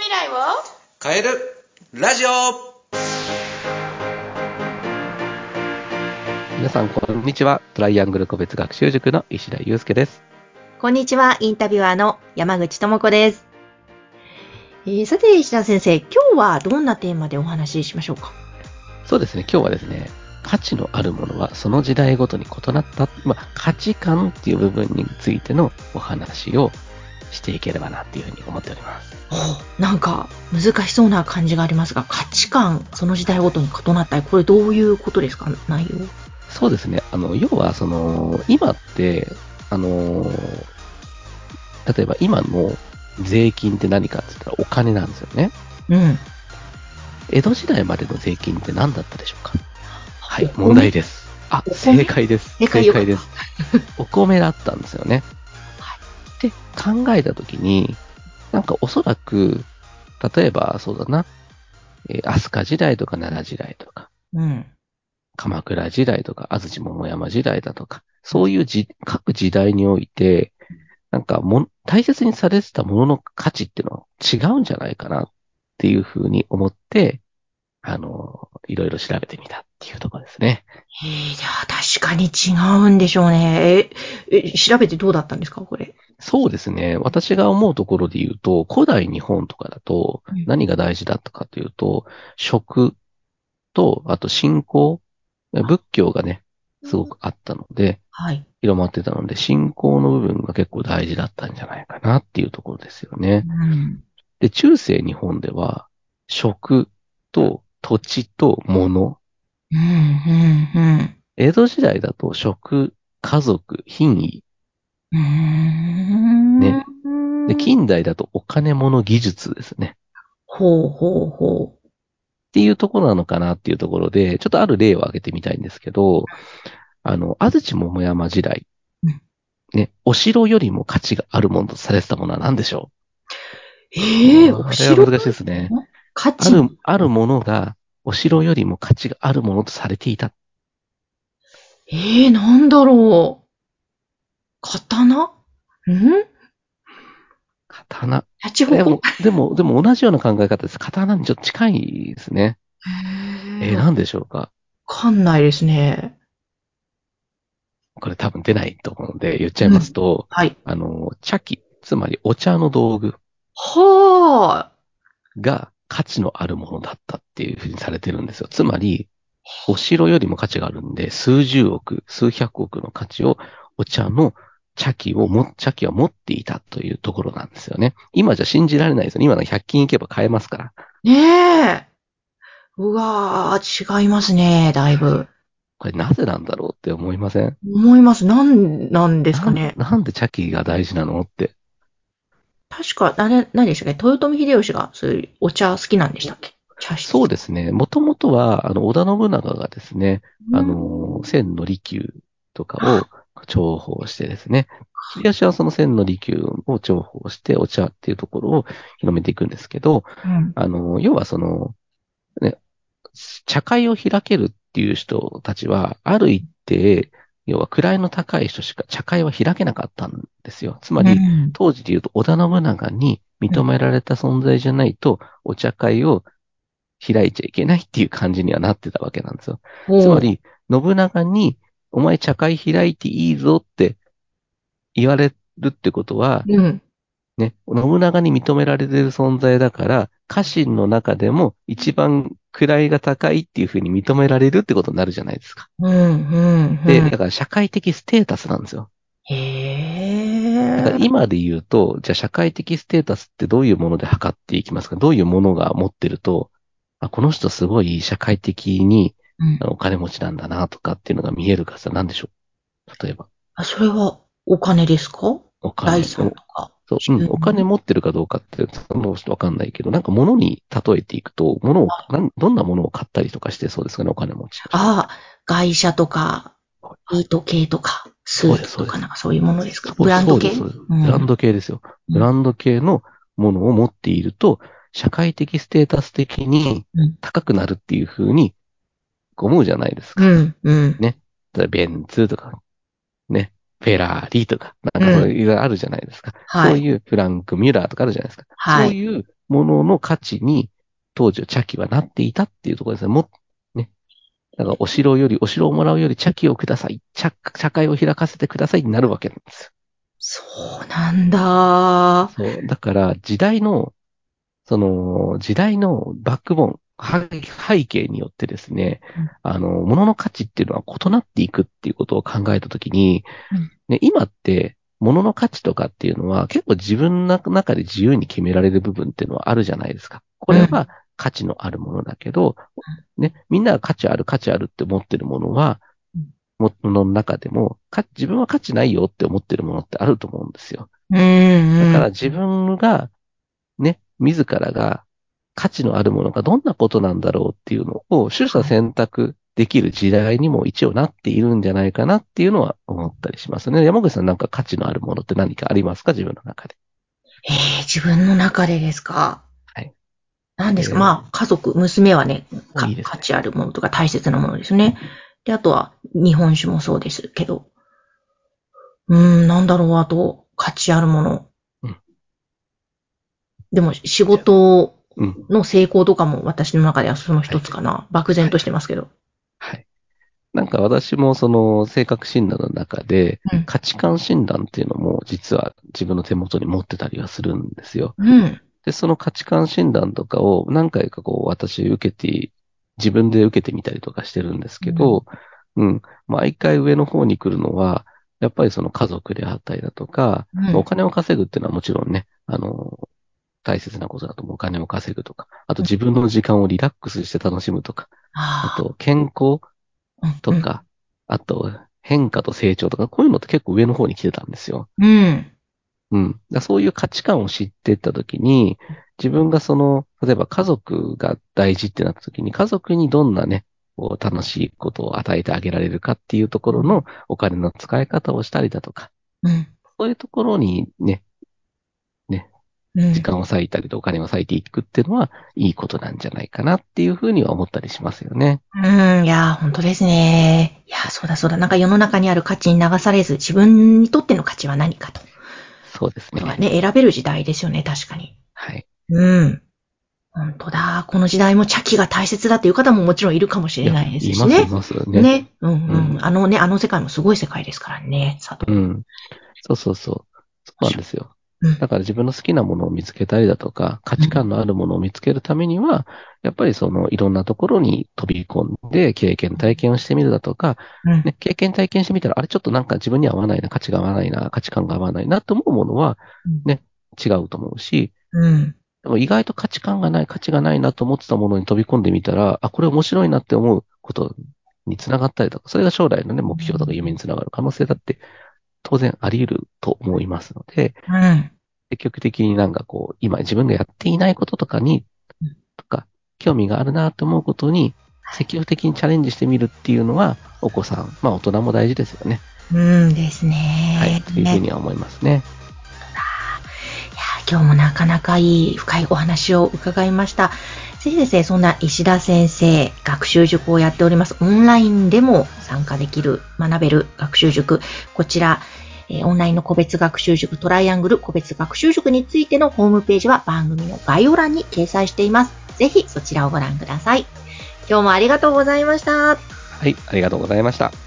未来を変えるラジオ。 皆さんこんにちは。トライアングル個別学習塾の石田祐介です。 こんにちは。インタビュアーの山口智子です。さて石田先生、今日はどんなテーマでお話ししましょうか？ そうですね。今日はですね、価値のあるものはその時代ごとに異なった、価値観っていう部分についてのお話をしていければなっていうふうに思っております。 なんか難しそうな感じがありますが、価値観、その時代ごとに異なったり、これどういうことですか？内容。 そうですね。要は今って、例えば今の税金って何かって言ったらお金なんですよね。 うん。 江戸時代までの税金って何だったでしょうか？はい、 お米問題です。正解です。 正解です。お米だったんですよね。 はい。 って考えたときに、なんかおそらく、例えばそうだな、飛鳥時代とか奈良時代とか、 うん。 鎌倉時代とか、安土桃山時代だとか、そういう各時代において、なんか大切にされてたものの価値っていうのは違うんじゃないかなっていうふうに思って、いろいろ調べてみたっていうところですね。 じゃあ確かに違うんでしょうね。調べてどうだったんですか、これ？ そうですね。私が思うところで言うと、古代日本とかだとうん。 何が大事だったかというと、食と、あと信仰、仏教がね、すごくあったので、 はい。 広まってたので、信仰の部分が結構大事だったんじゃないかなっていうところですよね。 うん。 で、中世日本では、食と土地と物、 うん、うん、 江戸時代だと食、家族、品位、 うん。うね。で、 ーん。 近代だとお金物技術ですね。 ほうほうほっていうところなのかなっていうところで、ちょっとある例を挙げてみたいんですけど、安土桃山時代、 う。うん。 ね、お城よりも価値があるものとされてたものは何でしょう？ おこれは城難しいですね。 の価値。 あるものが、お城よりも価値があるものとされていた。 なんだろう。刀。 刀。 シャチホコ。 でも同じような考え方です。刀にちょっと近いですね。 わ何でしょうか？ かんないですね。 これ多分出ないと思うので言っちゃいうん。 ますと、 はい。 茶器、つまりお茶の道具はあ。 が価値のあるものだったっていうふうにされてるんですよ。つまり、お城よりも価値があるんで、数十億、数百億の価値をお茶の茶器は持っていたというところなんですよね。今じゃ信じられないですよね。今の100均行けば買えますから。 ねえ。うわー、違いますね、だいぶ。 これなぜなんだろうって思いません？ 思います。なんですかね。 なんで茶器が大事なのって。 確か、何でしたっけ？豊臣秀吉がそういうお茶好きなんでしたっけ？茶室。 そうですね。もともとは、織田信長がですね、 うん。 千利休とかあ、 を重宝してですね、秀吉はその千利休を重宝してお茶っていうところを広めていくんですけど、 うん。 要はね、茶会を開けるっていう人たちは、ある一定、要は位の高い人しか茶会は開けなかったんですよ。つまり、 うん。 当時で言うと織田信長に認められた存在じゃないと、お茶会を開いちゃいけないっていう感じにはなってたわけなんですよ。つまほり、信長に、お前茶会開いていいぞって言われるってことは、 う。うん。 ね、信長に認められている存在だから、家臣の中でも一番位が高いっていうふうに認められるってことになるじゃないですか。 うん、うん、 で、 うん。 だから社会的ステータスなんですよ。 へだからえ。 今で言うと、じゃあ社会的ステータスってどういうもので測っていきますか？どういうものが持ってると、この人すごい社会的にうん。 お金持ちなんだなとかっていうのが見えるかさ、なんでしょう？例えば、 それはお金ですか？財お金。 産とか。 そう、お金持ってるかどうかって、その人わかんないけど、なんか物に例えていくと、どんなものを買ったりとかしてそうですかね、お金持ちの人。 ああ、外車とか、いい時計とか、スそうです、 ーツとかそうです。 なんかそういうものですか？ブランド系？ そうです、そうです。 うん。 ブランド系ですよ。 うん。 ブランド系のものを持っていると、社会的ステータス的にうん。 高くなるっていうふうに思うじゃないですか。 うん。うん。 ね。例えばベンツとか、ね。フェラーリとか、なんうん。 かそういうあるじゃないですか。 はい。 そういうフランク・ミュラーとかあるじゃないですか。 はい。 そういうものの価値に、当時は茶器はなっていたっていうところですね。ね。だからお城をもらうより茶器をください。茶会を開かせてくださいになるわけなんですよ。 そうなんだ。 そう。だから、時代のバックボーン、背景によってですね、物の価値っていうのは異なっていくっていうことを考えたときに、ね、今って、物の価値とかっていうのは結構自分の中で自由に決められる部分っていうのはあるじゃないですか。これは価値のあるものだけど、ね、みんなが価値あるって思ってるものは、ものの中でも、自分は価値ないよって思ってるものってあると思うんですよ。だから自分が、ね、自らが価値のあるものがどんなことなんだろうっていうのを取捨選択できる時代にも一応なっているんじゃないかなっていうのは思ったりしますね。山口さんなんか価値のあるものって何かありますか自分の中で。 自分の中でですか？ はい。 何ですか？まあ、家族、娘はね、 いいですね価値あるものとか大切なものですね。で、あとは日本酒もそうですけど。なんだろう、あと、価値あるもの。でも、仕事の成功とかも私の中ではその一つかな。漠然としてますけど。 はい。なんか私もその性格診断の中で、価値観診断っていうのも実は自分の手元に持ってたりはするんですよ。で、その価値観診断とかを何回か私自分で受けてみたりとかしてるんですけど、毎回上の方に来るのは、やっぱりその家族であったりだとか、お金を稼ぐっていうのはもちろんね、大切なことだと思う。お金を稼ぐとか、あと自分の時間をリラックスして楽しむとか、あと健康とか、あと変化と成長とか、こういうのって結構上の方に来てたんですよ。そういう価値観を知っていったときに、自分が例えば家族が大事ってなったときに、家族にどんなね、楽しいことを与えてあげられるかっていうところのお金の使い方をしたりだとか、そういうところにね、時間を割いたりとお金を割いていくっていうのは、いいことなんじゃないかなっていうふうには思ったりしますよね。 いや、本当ですね。いや、そうだそうだ。なんか世の中にある価値に流されず、自分にとっての価値は何かと。 そうですね。 ことがね、選べる時代ですよね、確かに。 はい。 本当だ。この時代も茶器が大切だっていう方ももちろんいるかもしれないですしね。 いますね。 ね。あの世界もすごい世界ですからね、佐藤。 そうなんですよ。だから自分の好きなものを見つけたりだとか、価値観のあるものを見つけるためには、やっぱりいろんなところに飛び込んで経験体験をしてみるだとか、経験体験してみたら、あれちょっとなんか自分には合わないな、価値が合わないな、価値観が合わないなと思うものは、ね、違うと思うし、でも意外と価値がないなと思ってたものに飛び込んでみたら、これ面白いなって思うことにつながったりとか、それが将来のね、目標とか夢につながる可能性だって当然あり得ると思いますので、積極的になんか今自分がやっていないこととか興味があるなと思うことに、積極的にチャレンジしてみるっていうのは、お子さん、大人も大事ですよね。 ですね。 はい、というふうには思いますね。 今日もなかなかいい深いお話を伺いました。ぜひですね、そんな石田先生、学習塾をやっております。オンラインでも参加できる、学べる学習塾。こちら、オンラインの個別学習塾トライアングル個別学習塾についてのホームページは番組の概要欄に掲載しています。ぜひそちらをご覧ください。今日もありがとうございました。 はい、ありがとうございました。